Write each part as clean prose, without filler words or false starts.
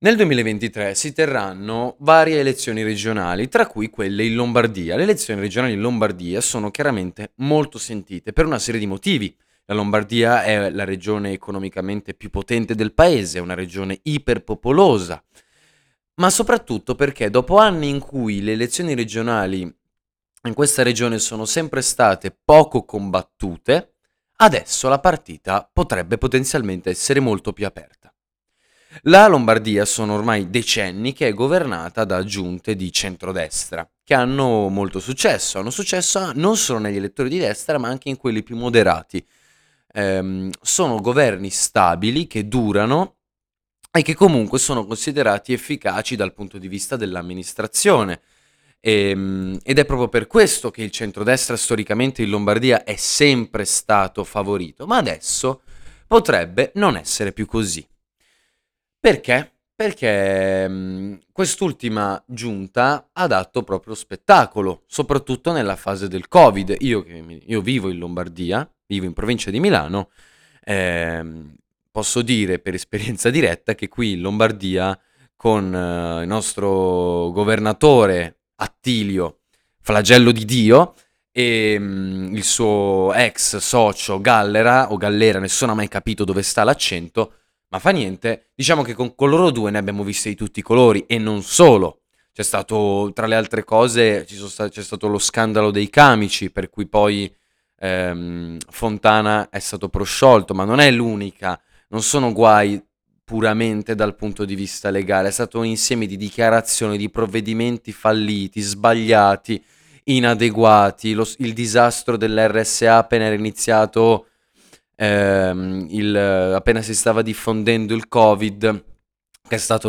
Nel 2023 si terranno varie elezioni regionali, tra cui quelle in Lombardia. Le elezioni regionali in Lombardia sono chiaramente molto sentite per una serie di motivi. La Lombardia è la regione economicamente più potente del paese, è una regione iperpopolosa, ma soprattutto perché dopo anni in cui le elezioni regionali in questa regione sono sempre state poco combattute, adesso la partita potrebbe potenzialmente essere molto più aperta. La Lombardia sono ormai decenni che è governata da giunte di centrodestra, che hanno successo non solo negli elettori di destra, ma anche in quelli più moderati. Sono governi stabili che durano e che comunque sono considerati efficaci dal punto di vista dell'amministrazione. Ed è proprio per questo che il centrodestra storicamente in Lombardia è sempre stato favorito, ma adesso potrebbe non essere più così. Perché? Perché quest'ultima giunta ha dato proprio spettacolo, soprattutto nella fase del Covid. Io vivo in Lombardia, vivo in provincia di Milano, ehm, posso dire per esperienza diretta che qui in Lombardia con il nostro governatore Attilio, flagello di Dio, e il suo ex socio Gallera, o Gallera, nessuno ha mai capito dove sta l'accento, ma fa niente, diciamo che con loro due ne abbiamo viste di tutti i colori e non solo. C'è stato, tra le altre cose, c'è stato lo scandalo dei camici, per cui poi Fontana è stato prosciolto, ma non è l'unica, non sono guai puramente dal punto di vista legale, è stato un insieme di dichiarazioni, di provvedimenti falliti, sbagliati, inadeguati, il disastro dell'RSA appena era iniziato appena si stava diffondendo il Covid, che è stata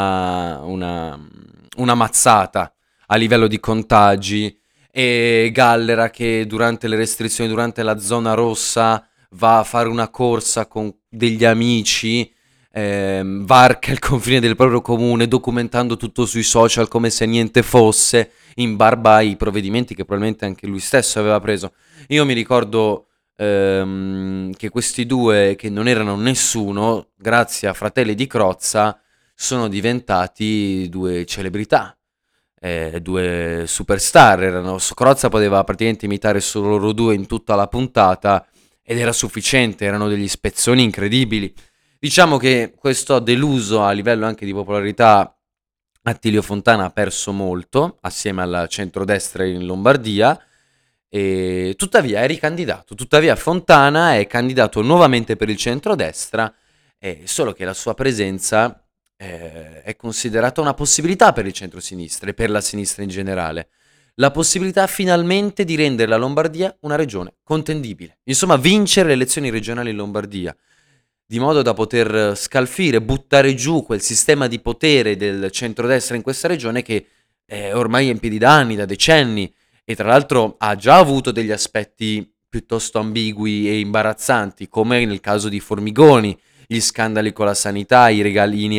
una mazzata a livello di contagi, e Gallera che durante le restrizioni, durante la zona rossa, va a fare una corsa con degli amici, varca il confine del proprio comune, documentando tutto sui social come se niente fosse, in barba ai provvedimenti che probabilmente anche lui stesso aveva preso. Io mi ricordo che questi due, che non erano nessuno, grazie a Fratelli di Crozza, sono diventati due celebrità, due superstar. Crozza poteva praticamente imitare solo loro due in tutta la puntata ed era sufficiente, erano degli spezzoni incredibili. Diciamo che questo ha deluso a livello anche di popolarità. Attilio Fontana ha perso molto assieme al centrodestra in Lombardia e tuttavia è ricandidato. Tuttavia Fontana è candidato nuovamente per il centrodestra, solo che la sua presenza è considerata una possibilità per il centrosinistra e per la sinistra in generale. La possibilità finalmente di rendere la Lombardia una regione contendibile. Insomma, vincere le elezioni regionali in Lombardia, di modo da poter scalfire, buttare giù quel sistema di potere del centrodestra in questa regione che è ormai in piedi da anni, da decenni, e tra l'altro ha già avuto degli aspetti piuttosto ambigui e imbarazzanti, come nel caso di Formigoni, gli scandali con la sanità, i regalini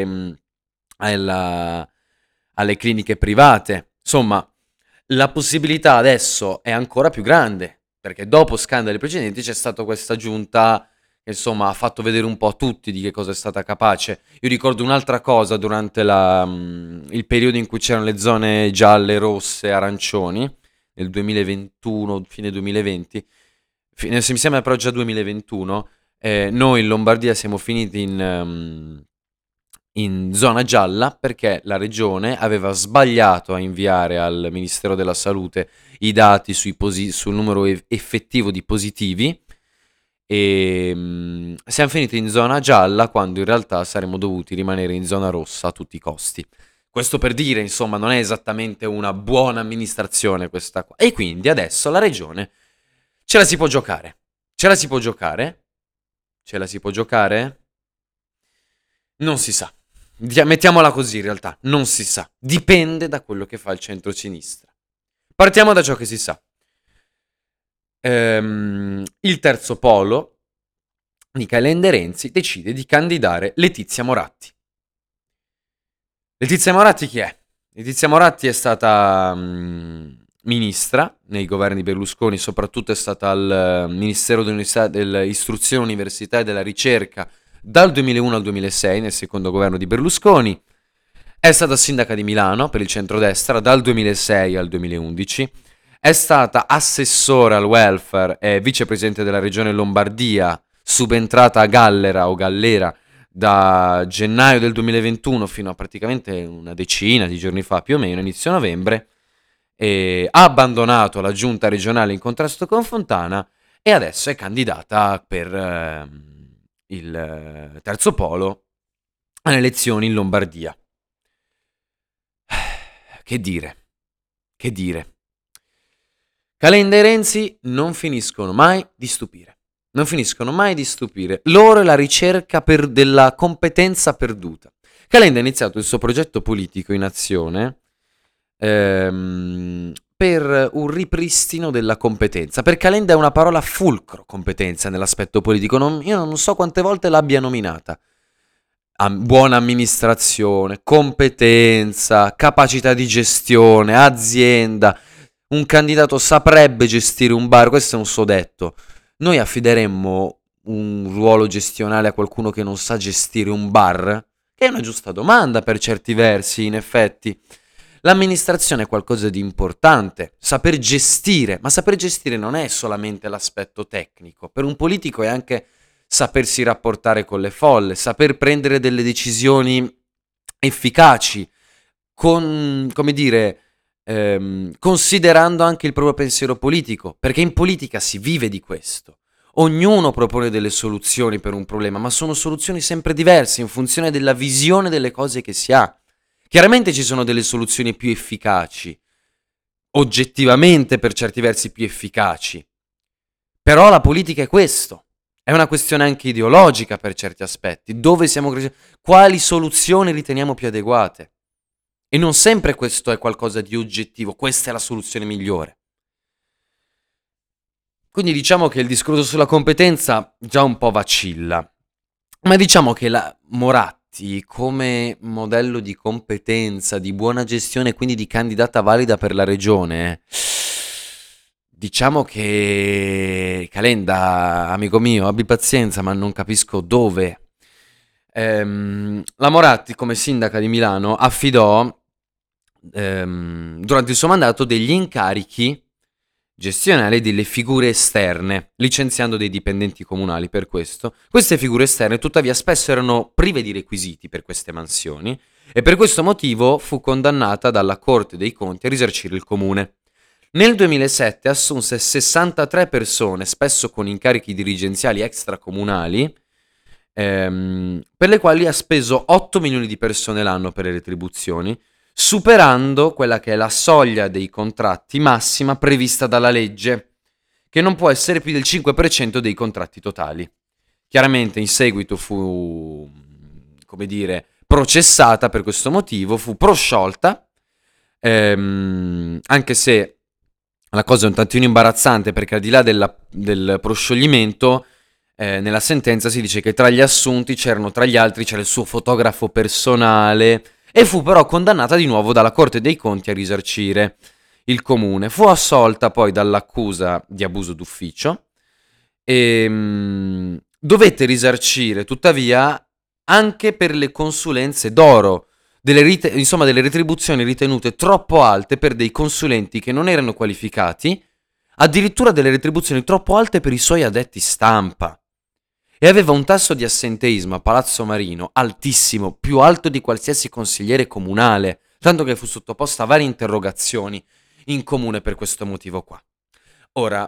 alla- alle cliniche private. Insomma, la possibilità adesso è ancora più grande, perché dopo scandali precedenti c'è stata questa giunta che insomma ha fatto vedere un po' a tutti di che cosa è stata capace. Io ricordo un'altra cosa durante il periodo in cui c'erano le zone gialle, rosse, arancioni, nel 2021, fine 2020, mi sembra però già 2021, noi in Lombardia siamo finiti in zona gialla perché la regione aveva sbagliato a inviare al Ministero della Salute i dati sul numero effettivo di positivi e siamo finiti in zona gialla quando in realtà saremmo dovuti rimanere in zona rossa a tutti i costi. Questo per dire, insomma, non è esattamente una buona amministrazione questa qua. E quindi adesso la regione ce la si può giocare. Ce la si può giocare? Ce la si può giocare? Non si sa. Mettiamola così in realtà, non si sa. Dipende da quello che fa il centro-sinistra. Partiamo da ciò che si sa. Il terzo polo, Michele Renzi, decide di candidare Letizia Moratti. Letizia Moratti chi è? Letizia Moratti è stata ministra nei governi Berlusconi, soprattutto è stata al Ministero dell'Istruzione, Università e della Ricerca dal 2001 al 2006 nel secondo governo di Berlusconi, è stata sindaca di Milano per il centrodestra dal 2006 al 2011, è stata assessora al welfare e vicepresidente della regione Lombardia, subentrata a Gallera o Gallera da gennaio del 2021 fino a praticamente una decina di giorni fa, più o meno, inizio novembre, e ha abbandonato la giunta regionale in contrasto con Fontana e adesso è candidata per il terzo polo alle elezioni in Lombardia. Che dire, che dire. Calenda e Renzi non finiscono mai di stupire. Non finiscono mai di stupire. Loro è la ricerca della competenza perduta. Calenda ha iniziato il suo progetto politico in azione per un ripristino della competenza. Per Calenda è una parola fulcro, competenza, nell'aspetto politico. Io non so quante volte l'abbia nominata. Buona amministrazione, competenza, capacità di gestione, azienda. Un candidato saprebbe gestire un bar, questo è un suo detto. Noi affideremmo un ruolo gestionale a qualcuno che non sa gestire un bar? Che è una giusta domanda per certi versi, in effetti. L'amministrazione è qualcosa di importante, saper gestire, ma saper gestire non è solamente l'aspetto tecnico. Per un politico è anche sapersi rapportare con le folle, saper prendere delle decisioni efficaci, come dire, considerando anche il proprio pensiero politico, perché in politica si vive di questo. Ognuno propone delle soluzioni per un problema, ma sono soluzioni sempre diverse in funzione della visione delle cose che si ha. Chiaramente ci sono delle soluzioni più efficaci, oggettivamente per certi versi più efficaci, però la politica è questo. È una questione anche ideologica per certi aspetti. Dove siamo cresciuti? Quali soluzioni riteniamo più adeguate? E non sempre questo è qualcosa di oggettivo, questa è la soluzione migliore. Quindi diciamo che il discorso sulla competenza già un po' vacilla, ma diciamo che la Moratti come modello di competenza, di buona gestione, quindi di candidata valida per la regione, diciamo che Calenda, amico mio, abbi pazienza, ma non capisco dove. La Moratti come sindaca di Milano affidò durante il suo mandato degli incarichi gestionali delle figure esterne, licenziando dei dipendenti comunali per questo. Queste figure esterne tuttavia spesso erano prive di requisiti per queste mansioni e per questo motivo fu condannata dalla Corte dei Conti a risarcire il comune. Nel 2007 assunse 63 persone, spesso con incarichi dirigenziali extracomunali, per le quali ha speso 8 milioni di persone l'anno per le retribuzioni, superando quella che è la soglia dei contratti massima prevista dalla legge, che non può essere più del 5% dei contratti totali. Chiaramente in seguito fu, come dire, processata per questo motivo, fu prosciolta, anche se la cosa è un tantino imbarazzante perché al di là del proscioglimento, nella sentenza si dice che tra gli assunti c'erano, tra gli altri c'era il suo fotografo personale, e fu però condannata di nuovo dalla Corte dei Conti a risarcire il comune. Fu assolta poi dall'accusa di abuso d'ufficio e dovette risarcire tuttavia anche per le consulenze d'oro, insomma delle retribuzioni ritenute troppo alte per dei consulenti che non erano qualificati, addirittura delle retribuzioni troppo alte per i suoi addetti stampa. E aveva un tasso di assenteismo a Palazzo Marino altissimo, più alto di qualsiasi consigliere comunale, tanto che fu sottoposta a varie interrogazioni in comune per questo motivo qua. Ora,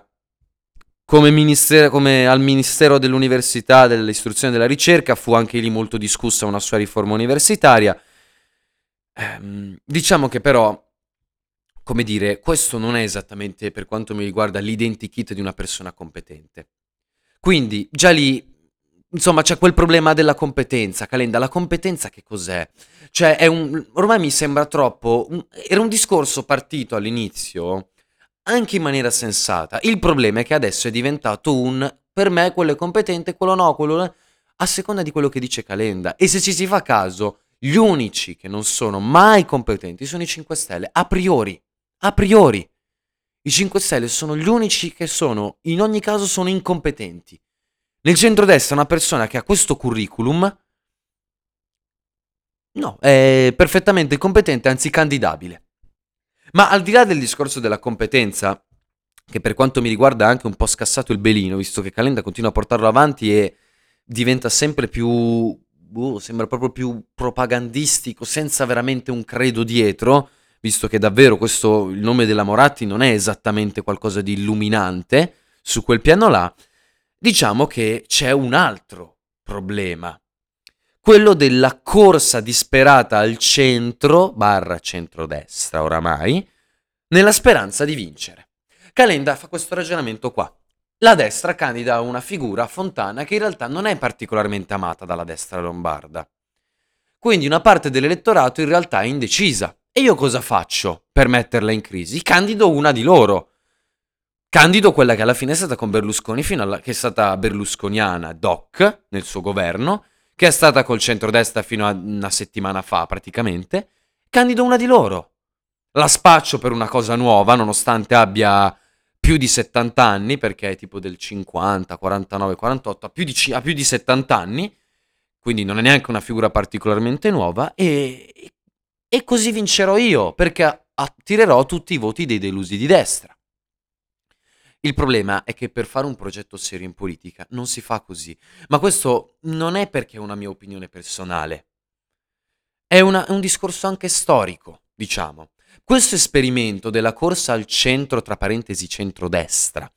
come al Ministero dell'Università, dell'Istruzione e della Ricerca, fu anche lì molto discussa una sua riforma universitaria. Diciamo che però, come dire, questo non è esattamente, per quanto mi riguarda, l'identikit di una persona competente. Quindi, già lì, insomma, c'è quel problema della competenza. Calenda, la competenza che cos'è? Cioè, ormai mi sembra troppo. Era un discorso partito all'inizio anche in maniera sensata. Il problema è che adesso è diventato per me quello è competente, quello no, a seconda di quello che dice Calenda. E se ci si fa caso, gli unici che non sono mai competenti sono i 5 Stelle, a priori. A priori. I 5 Stelle sono gli unici che in ogni caso sono incompetenti. Nel centrodestra una persona che ha questo curriculum, no, è perfettamente competente, anzi candidabile. Ma al di là del discorso della competenza, che per quanto mi riguarda ha anche un po' scassato il belino, visto che Calenda continua a portarlo avanti e diventa sempre più, sembra proprio più propagandistico, senza veramente un credo dietro, visto che davvero questo, il nome della Moratti non è esattamente qualcosa di illuminante su quel piano là, diciamo che c'è un altro problema, quello della corsa disperata al centro, barra centrodestra oramai, nella speranza di vincere. Calenda fa questo ragionamento qua. La destra candida una figura, Fontana, che in realtà non è particolarmente amata dalla destra lombarda. Quindi una parte dell'elettorato in realtà è indecisa. E io cosa faccio per metterla in crisi? Candido una di loro. Candido quella che alla fine è stata con Berlusconi, che è stata berlusconiana doc nel suo governo, che è stata col centrodestra fino a una settimana fa praticamente. Candido una di loro. La spaccio per una cosa nuova, nonostante abbia più di 70 anni, perché è tipo del 50, 49, 48, ha più di 70 anni, quindi non è neanche una figura particolarmente nuova, e così vincerò io, perché attirerò tutti i voti dei delusi di destra. Il problema è che per fare un progetto serio in politica non si fa così, ma questo non è perché è una mia opinione personale, è un discorso anche storico, diciamo. Questo esperimento della corsa al centro, tra parentesi centrodestra,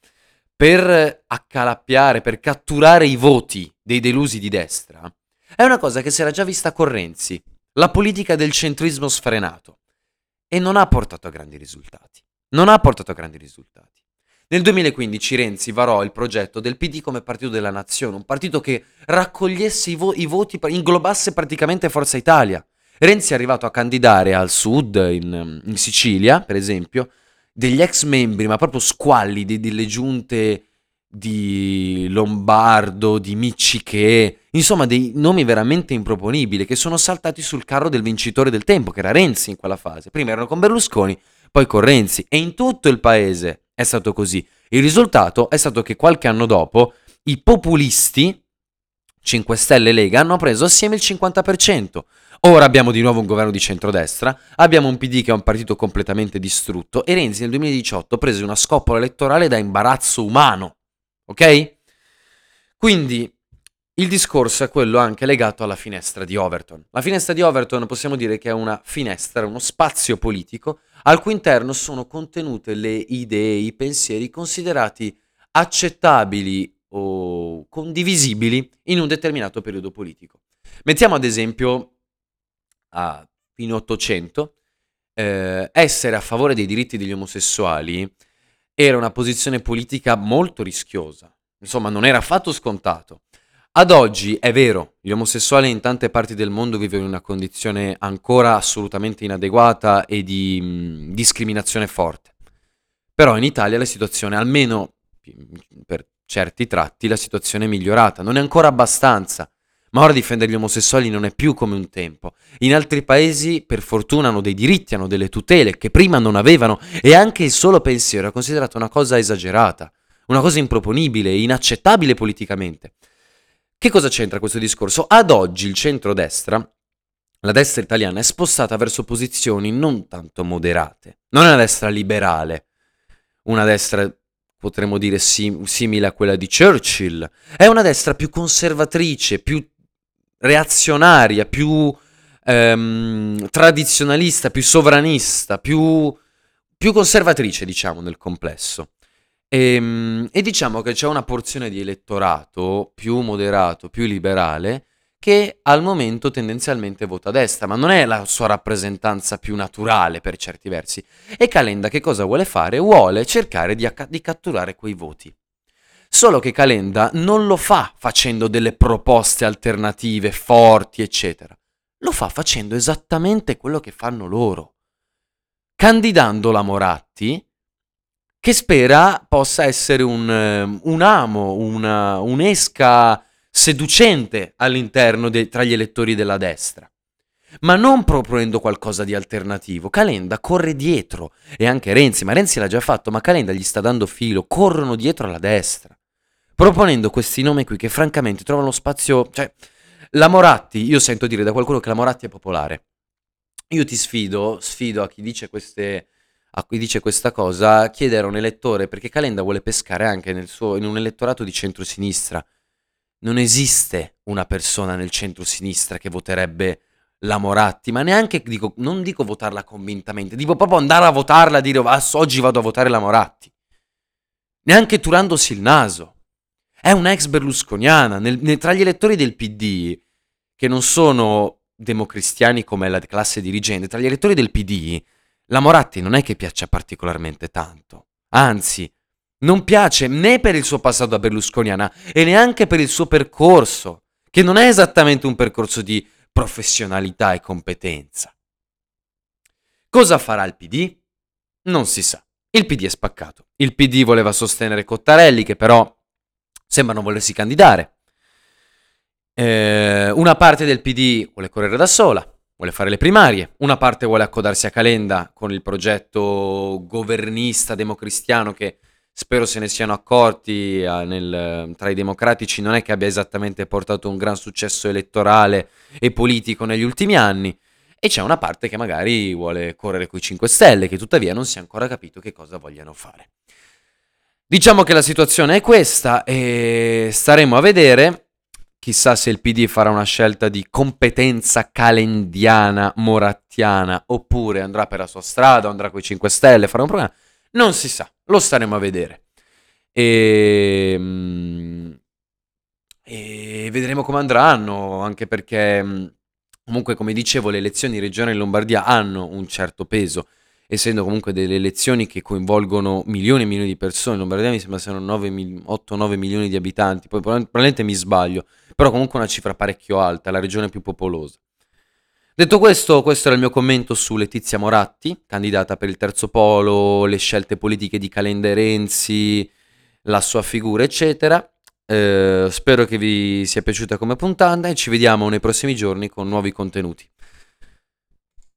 per accalappiare, per catturare i voti dei delusi di destra, è una cosa che si era già vista con Renzi, la politica del centrismo sfrenato, e non ha portato a grandi risultati. Non ha portato a grandi risultati. Nel 2015 Renzi varò il progetto del PD come partito della nazione, un partito che raccogliesse i voti, inglobasse praticamente Forza Italia. Renzi è arrivato a candidare al sud, in Sicilia, per esempio, degli ex membri, ma proprio squalli delle giunte di Lombardo, di Micciché, insomma dei nomi veramente improponibili che sono saltati sul carro del vincitore del tempo, che era Renzi in quella fase. Prima erano con Berlusconi, poi con Renzi, e in tutto il paese è stato così. Il risultato è stato che qualche anno dopo i populisti 5 Stelle e Lega hanno preso assieme il 50%. Ora abbiamo di nuovo un governo di centrodestra, abbiamo un PD che è un partito completamente distrutto e Renzi nel 2018 prese una scoppola elettorale da imbarazzo umano. Ok? Quindi il discorso è quello anche legato alla finestra di Overton. La finestra di Overton possiamo dire che è una finestra, uno spazio politico al cui interno sono contenute le idee, i pensieri considerati accettabili o condivisibili in un determinato periodo politico. Mettiamo ad esempio a fine 800, essere a favore dei diritti degli omosessuali era una posizione politica molto rischiosa, insomma non era affatto scontato. Ad oggi è vero, gli omosessuali in tante parti del mondo vivono in una condizione ancora assolutamente inadeguata e di discriminazione forte. Però in Italia la situazione, almeno per certi tratti, la situazione è migliorata. Non è ancora abbastanza, ma ora difendere gli omosessuali non è più come un tempo. In altri paesi, per fortuna, hanno dei diritti, hanno delle tutele che prima non avevano e anche il solo pensiero è considerato una cosa esagerata, una cosa improponibile, inaccettabile politicamente. Che cosa c'entra questo discorso? Ad oggi il centrodestra, la destra italiana, è spostata verso posizioni non tanto moderate. Non è una destra liberale, una destra potremmo dire simile a quella di Churchill. È una destra più conservatrice, più reazionaria, più tradizionalista, più sovranista, più conservatrice, diciamo, nel complesso. E diciamo che c'è una porzione di elettorato più moderato, più liberale, che al momento tendenzialmente vota a destra, ma non è la sua rappresentanza più naturale per certi versi. E Calenda che cosa vuole fare? Vuole cercare di catturare quei voti. Solo che Calenda non lo fa facendo delle proposte alternative forti, eccetera. Lo fa facendo esattamente quello che fanno loro. Candidando la Moratti, che spera possa essere un amo, un'esca seducente all'interno tra gli elettori della destra. Ma non proponendo qualcosa di alternativo. Calenda corre dietro, e anche Renzi, ma Renzi l'ha già fatto, ma Calenda gli sta dando filo, corrono dietro alla destra. proponendo questi nomi qui che francamente trovano spazio, cioè la Moratti, io sento dire da qualcuno che la Moratti è popolare. Io ti sfido a chi dice questa cosa, a chiedere a un elettore, perché Calenda vuole pescare anche in un elettorato di centrosinistra. Non esiste una persona nel centro-sinistra che voterebbe la Moratti, ma neanche dico, non dico votarla convintamente, dico proprio andare a votarla, dire oggi vado a votare la Moratti. Neanche turandosi il naso. È una ex berlusconiana. Tra gli elettori del PD, che non sono democristiani come la classe dirigente, tra gli elettori del PD, la Moratti non è che piaccia particolarmente tanto. Anzi, non piace né per il suo passato da berlusconiana e neanche per il suo percorso, che non è esattamente un percorso di professionalità e competenza. Cosa farà il PD? Non si sa. Il PD è spaccato. Il PD voleva sostenere Cottarelli, che però sembra non volersi candidare. Una parte del PD vuole correre da sola, vuole fare le primarie, una parte vuole accodarsi a Calenda con il progetto governista democristiano che spero se ne siano accorti tra i democratici, non è che abbia esattamente portato un gran successo elettorale e politico negli ultimi anni. E c'è una parte che magari vuole correre coi 5 Stelle, che tuttavia non si è ancora capito che cosa vogliano fare. Diciamo che la situazione è questa e staremo a vedere. Chissà se il PD farà una scelta di competenza calendiana, morattiana, oppure andrà per la sua strada, andrà coi 5 Stelle, farà un programma. Non si sa, lo staremo a vedere. E vedremo come andranno, anche perché comunque, come dicevo, le elezioni regionali in Lombardia hanno un certo peso, essendo comunque delle elezioni che coinvolgono milioni e milioni di persone. In Lombardia mi sembra siano 8-9 milioni di abitanti, poi probabilmente mi sbaglio, però comunque una cifra parecchio alta, è la regione più popolosa. Detto questo, questo era il mio commento su Letizia Moratti, candidata per il terzo polo, le scelte politiche di Calenda e Renzi, la sua figura, eccetera. Spero che vi sia piaciuta come puntata e ci vediamo nei prossimi giorni con nuovi contenuti.